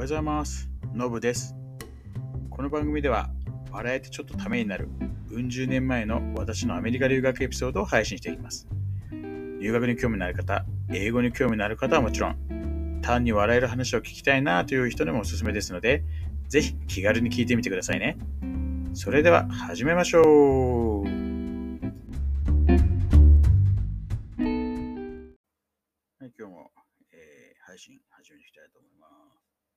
おはようございます。のぶです。この番組では笑えてちょっとためになるうん十年前の私のアメリカ留学エピソードを配信していきます。留学に興味のある方、英語に興味のある方はもちろん、単に笑える話を聞きたいなという人にもおすすめですので、ぜひ気軽に聞いてみてくださいね。それでは始めましょう。はい、今日も、配信始めていきたいと思います。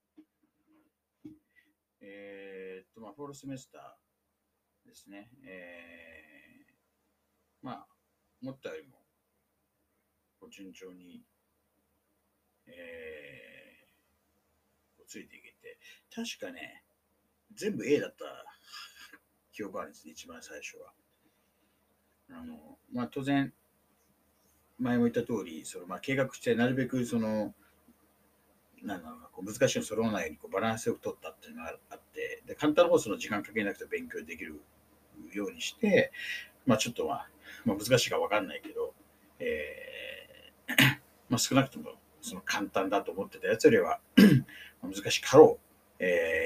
フォールセメスターですね。思ったよりも順調に、ついていけて、確かね、全部 A だった記憶があるんですね、一番最初は。当然、前も言った通り、計画してなるべく難しいの揃わないようにバランスよく取ったっていうのがあって、で簡単な方その時間かけなくて勉強できるようにして、ちょっと難しいか分かんないけど、少なくともその簡単だと思ってたやつよりは難しかろう、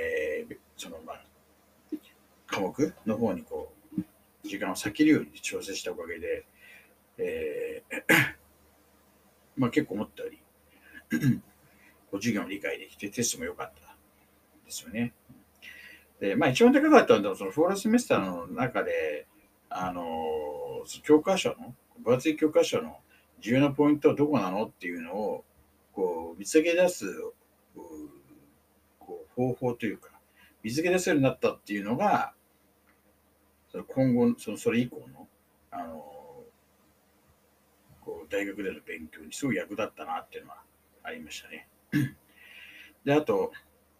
科目の方に時間を避けるように調整したおかげで、結構思ったより授業の理解できてテストも良かったですよね。で、一番高かったのはそのフォールセメスターの中で、教科書の分厚い教科書の重要なポイントはどこなのっていうのを見つけ出す方法というか、見つけ出せるようになったっていうのが、今後それ以降の大学での勉強にすごい役立ったなっていうのはありましたね。で、あと、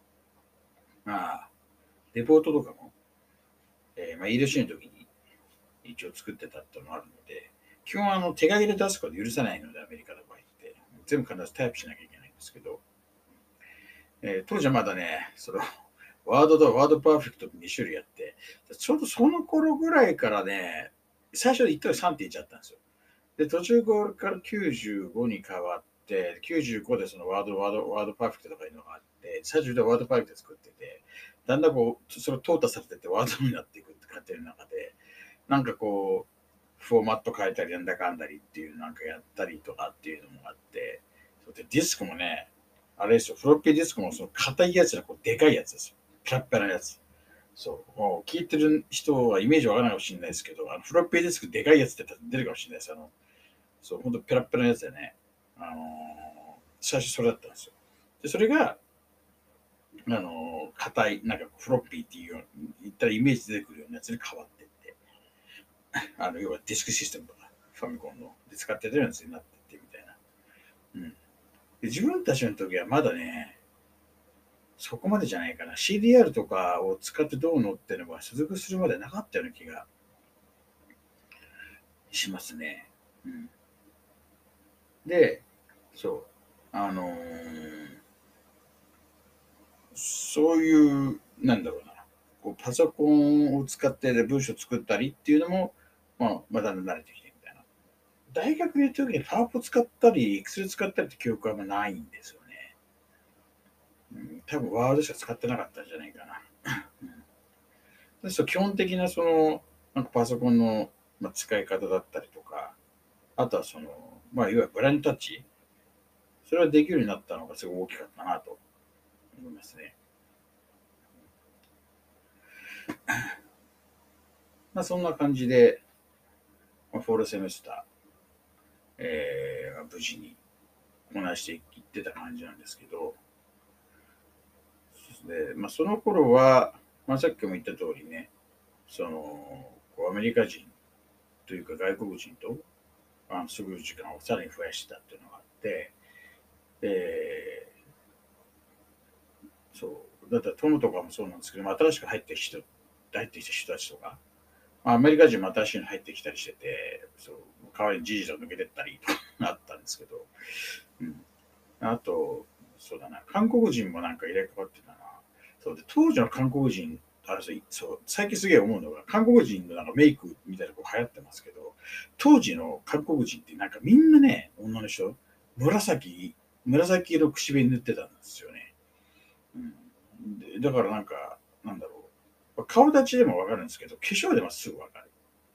レポートとかも、言い出しの時に一応作ってたっていうのがあるので、基本は手書きで出すこと許さないので、アメリカの場合って、全部必ずタイプしなきゃいけないんですけど、当時はまだね、ワードとワードパーフェクトって2種類あって、ちょうどその頃ぐらいからね、最初で1と3って言っちゃったんですよ。で、途中から95に変わって、95でそのワードパーフェクトとかいうのがあって、最初でワードパーフェクト作ってて、だんだんそれを淘汰されててワードになっていくって過程の中で、フォーマット変えたりなんだかんだりっていうやったりとかっていうのもあって、でディスクもね、あれですよ、フロッピーディスクもその硬いやつがでかいやつですよ。ペラペラなやつ。もう聞いてる人はイメージわからないかもしれないですけど、フロッピーディスクでかいやつって出るかもしれないです。本当ペラペラなやつでね、最初それだったんですよ。で、それが、硬い、フロッピーっていうように言ったらイメージ出てくるようなやつに変わっていって、要はディスクシステムとか、ファミコンので使ってたようなやつになっていってみたいな。で自分たちの時はまだね、そこまでじゃないかな。CDR とかを使ってどうのっていうのは所属するまでなかったような気がしますね。で、そういう、パソコンを使って文章を作ったりっていうのも、まだ慣れてきてみたいな。大学で言った時にパワポ使ったり、Excel 使ったりって記憶はないんですよね。多分ワードしか使ってなかったんじゃないかな。基本的なパソコンの、使い方だったりとか、あとはいわゆるブラインドタッチ、それはできるようになったのがすごい大きかったなと思いますね。そんな感じで、フォールセメスター、無事にこなしていってた感じなんですけど、でその頃は、さっきも言った通りね、アメリカ人というか外国人と過ごす時間をさらに増やしてたっていうのがあって、だったらトムとかもそうなんですけど、新しく入ってきた人たちとか、アメリカ人も新しいの入ってきたりしてて、代わりに事実を抜けてったりとかあったんですけど、あと、韓国人も入れ替わってたな。で当時の韓国人、最近すげえ思うのが、韓国人のメイクみたいなの流行ってますけど、当時の韓国人ってみんなね、女の人、紫色口紅塗ってたんですよね。 だからなんか、なんだろう。顔立ちでもわかるんですけど、化粧でもすぐわかる。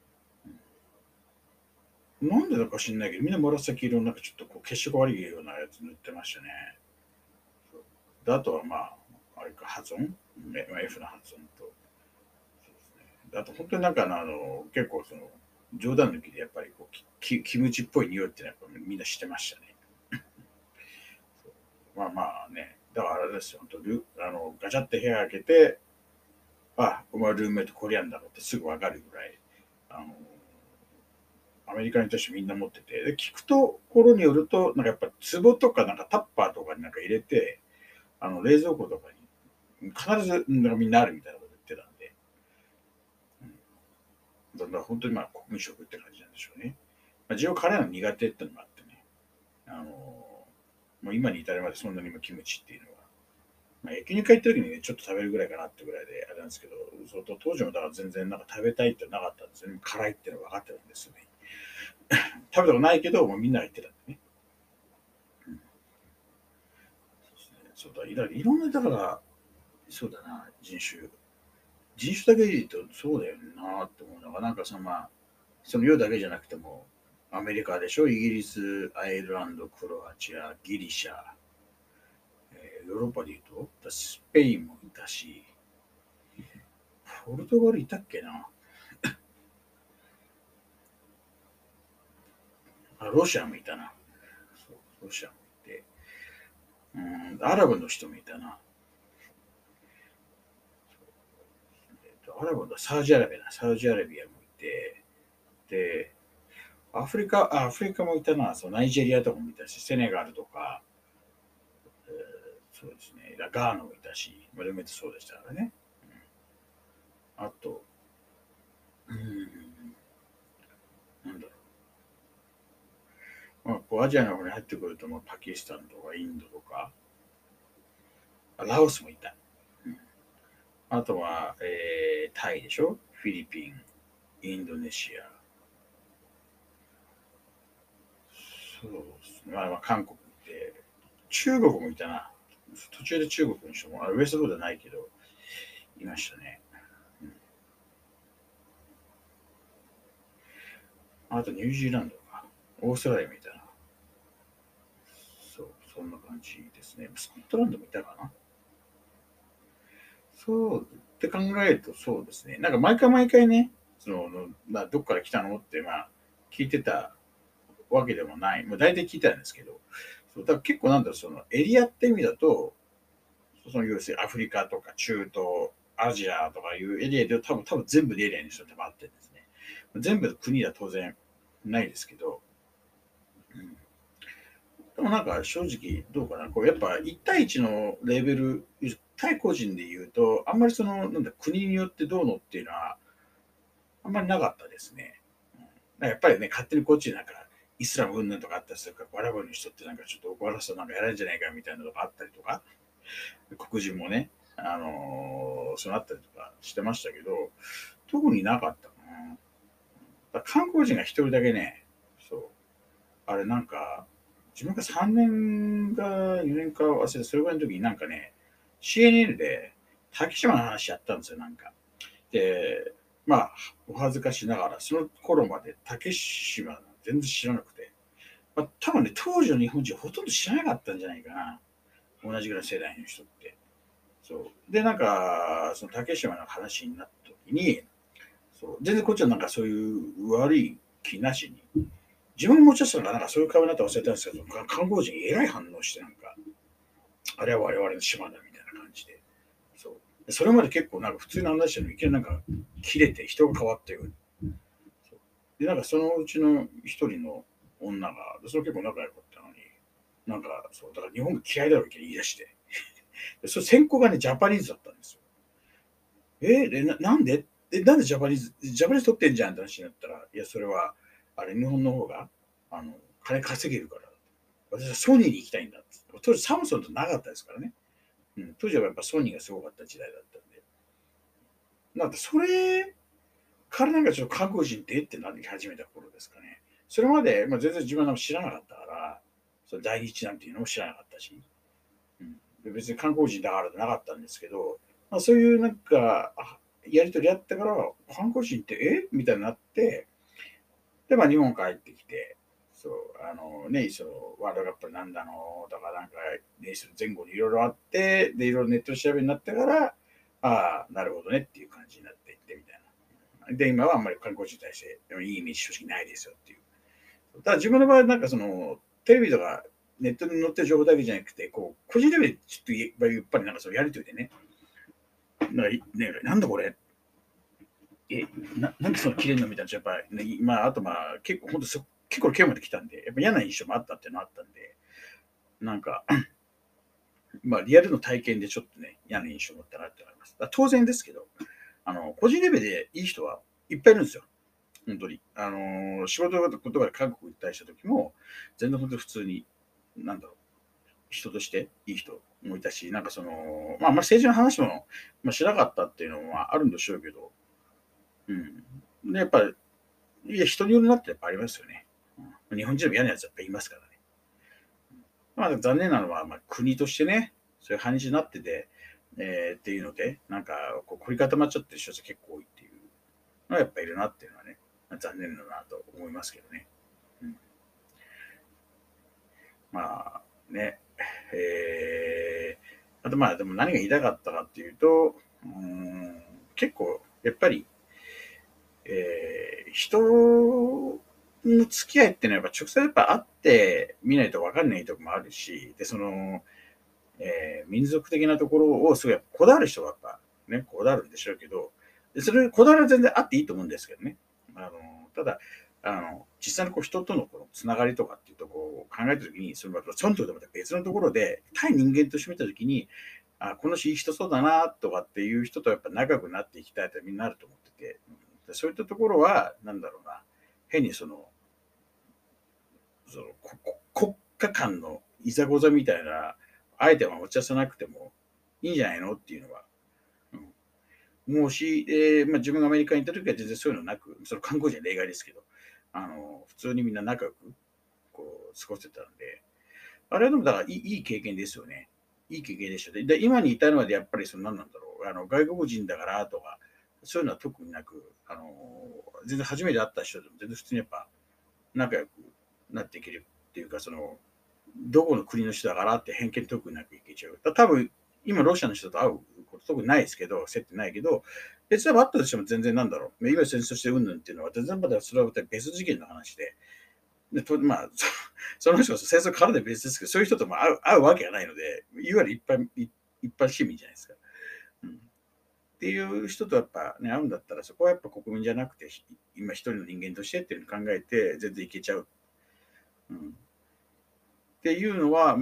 なんでだか知んないけど、みんな紫色のなんかちょっとこう血色悪いようなやつ塗ってましたね。であとはまあ、あれか、発音、F の発音と。あと本当になんか結構その、冗談抜きでやっぱりこうキムチっぽい匂いってのはやっぱみんな知ってましたね。まあまあね、だからあれですよ、本当ガチャって部屋開けて、あ、お前ルームメイトコリアンだろってすぐわかるぐらい、あの、アメリカに対してみんな持ってて、で、聞くところによると、なんかやっぱ壺とかなんかタッパーとかになんか入れて、冷蔵庫とかに必ずなんかみんなあるみたいなこと言ってたんで、だから本当にまあ国民食って感じなんでしょうね。まあ、自分辛いの苦手ってのもあってね、もう今に至るまでそんなにもキムチっていうのは、まあ、焼肉屋行った時にね、ちょっと食べるぐらいかなってぐらいであれなんですけど、そう当時もだから全然なんか食べたいってなかったんですよね。辛いっていうのが分かってたんですよね。食べたことないけど、もうみんなが言ってたんでね。うん、そうだ、いろんな、だから、そうだな、人種だけで言うとそうだよなって思うのが、なんかそのまあ、その世だけじゃなくても、アメリカでしょ、イギリス、アイルランド、クロアチア、ギリシャ、ヨーロッパで言うと、スペインもいたし、ポルトガルいたっけな、ロシアもいたな。ロシアもいて、アラブの人もいたな。アラブのサウジアラビアサウジアラビアもいて、で、アフリカもいたな、そうナイジェリアとかもいたし、セネガルとか、そうですね、ガーナもいたし、ルメットそうでしたからね。あと、なんだろう、まあ、こうアジアの方に入ってくると、まあ、パキスタンとかインドとか、ラオスもいた。あとは、タイでしょ、フィリピン、インドネシア、そうですね、まあ、韓国って中国もいたな。途中で中国の人も、ウエストロードじゃないけど、いましたね。うん、あとニュージーランドか。オーストラリアもいたな。そう、そんな感じですね。スコットランドもいたかな。そうって考えるとそうですね。なんか毎回毎回ね、どっから来たのって、まあ、聞いてたわけでもない。まあ、大体聞いてたんですけど、そうだから結構なんだろう、そのエリアって意味だと、その要するにアフリカとか中東、アジアとかいうエリアで多分全部のエリアに人ってあってるんですね。全部の国は当然ないですけど、うん、でもなんか正直どうかな、こうやっぱ1対1のレベル、対個人で言うと、あんまりその、なんだ、国によってどうのっていうのは、あんまりなかったですね。うん、やっぱりね、勝手にこっちなんか、イスラム云々とかあったりするから、アラブの人ってなんかちょっと怒らすとなんかやられるんじゃないかみたいなのがあったりとか、黒人もね、そうなったりとかしてましたけど、特になかったかな。だから観光人が一人だけね、そう、あれなんか、自分が3年か4年か忘れて、それぐらいの時になんかね、CNN で竹島の話やったんですよ、なんか。で、まあ、お恥ずかしながら、その頃まで竹島全然知らなくて、まあ、多分ね、当時の日本人ほとんど知らなかったんじゃないかな。同じぐらいの世代の人って。そう。で、なんか、その竹島の話になった時に、そう、全然こっちはなんかそういう悪い気なしに、自分も持ち出したのがなんかそういう会話になって忘れたんですけど、観光人えらい反応してなんか、あれは我々の島だみたいな感じで。そう。それまで結構なんか普通の話してるのにいきなりなんか切れて人が変わったように。そうで、なんかそのうちの一人の女が、それ結構仲良かったのに、なんかそう、だから日本が嫌いだろうって言い出して、それ先行がね、ジャパニーズだったんですよ。なんでなんでジャパニーズ取ってんじゃんって話になったら、いや、それは、あれ、日本の方が、あの、金稼げるから。私はソニーに行きたいんだって。当時サムソンとなかったですからね。うん、当時はやっぱソニーがすごかった時代だったんで。なんかそれからなんかちょっと韓国人ってなり始めた頃ですかね。それまで、まあ、全然自分は知らなかったから、その在日なんていうのも知らなかったし。うん、 別に観光人だからじゃなかったんですけど、まあ、そういうなんか、やりとりあったから、観光人ってみたいになって、で、まあ日本帰ってきて、そう、そのワールドカップなんだのとか、なんか、ね、その前後にいろいろあって、で、いろいろネットで調べになってから、ああ、なるほどねっていう感じになっていってみたいな。で、今はあんまり観光地に対していいイメージ正直ないですよっていう。ただ自分の場合、なんかその、テレビとかネットに載ってる情報だけじゃなくて、こう、個人レベルでちょっとやっぱりなんかそのやりとりでね、なんだこれなんでその切れるのみたいな、やっぱり、ね、まあ、あとまあ、結構、本当結構今日まで来たんで、やっぱ嫌な印象もあったっていうのはあったんで、なんか、まあ、リアルの体験でちょっとね、嫌な印象を持ったなって思います。当然ですけど、個人レベルでいい人はいっぱいいるんですよ。本当に。仕事とかで韓国行ったりした時も、全然本当に普通に、なんだろう、人としていい人もいたし、なんかその、まあ、あんまり政治の話も、まあ、しなかったっていうのはあるんでしょうけど、うん。で、やっぱり、いや、人によるなってやっぱありますよね。日本人でも嫌なやつやっぱいますからね。まあ、残念なのは、まあ、国としてね、そういう反日になってて、っていうので、なんか、こう凝り固まっちゃってる人たち結構多いっていうのはやっぱいるなっていうのはね、残念だなと思いますけどね。うん、まあ、ね、あとまあ、でも何が言いたかったかっていうと、結構、やっぱり、人の付き合いっていうのはやっぱ直接やっぱ会ってみないと分かんないところもあるし、で、その、民族的なところをすごいこだわる人はやっぱね、こだわるんでしょうけど、でそれ、こだわりは全然あっていいと思うんですけどね。ただ、実際のこう人とのこのつながりとかっていうところを考えたときに、そのそのとでまた別のところで、対人間として見たときに、この人いい人そうだなとかっていう人とやっぱ仲良くなっていきたいってみんなあると思ってて、そういったところは、なんだろうな、変にその国家間のいざこざみたいな、あえては持ち出さなくてもいいんじゃないのっていうのは、思うし、まあ、自分がアメリカに行った時は全然そういうのなく、その観光人は例外ですけど、普通にみんな仲良くこう過ごしてたんで、あれはでもだからいい経験ですよね。いい経験でしたね。で、今に至るまでやっぱりその何なんだろう、外国人だからとか、そういうのは特になく、全然初めて会った人でも全然普通にやっぱ仲良くなっていけるっていうか、その、どこの国の人だからって偏見特になくいけちゃう。多分、今ロシアの人と会うこと特にないですけど、接点ないけど、別にあったとしても全然なんだろう。いわゆる戦争してうんぬんっていうのは、全然まだそれは別次元の話で、まあ、その人は戦争からで別ですけど、そういう人とも会うわけがないので、いわゆる一般市民じゃないですか。うん、っていう人とやっぱね、会うんだったら、そこはやっぱ国民じゃなくて、今一人の人間としてっていうのを考えて、全然いけちゃう。うん、っていうのは、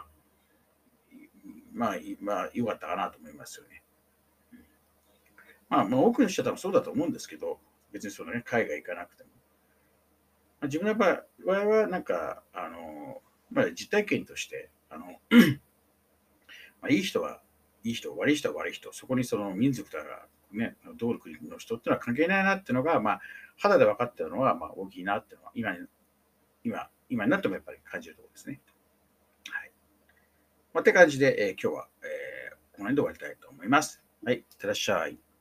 まあ、良かったかなと思いますよね。まあ、多くの人は多分そうだと思うんですけど、別にそのね、海外行かなくても。まあ、自分の場合は、なんか、まあ、実体験として、まあ、いい人はいい人、悪い人は悪い人、そこにその民族とか、ね、どの国の人っていうのは関係ないなっていうのが、まあ、肌で分かってるのは、まあ、大きいなっていうのは、今になってもやっぱり感じるところですね。はい。まあ、って感じで、今日は、この辺で終わりたいと思います。はい、いってらっしゃい。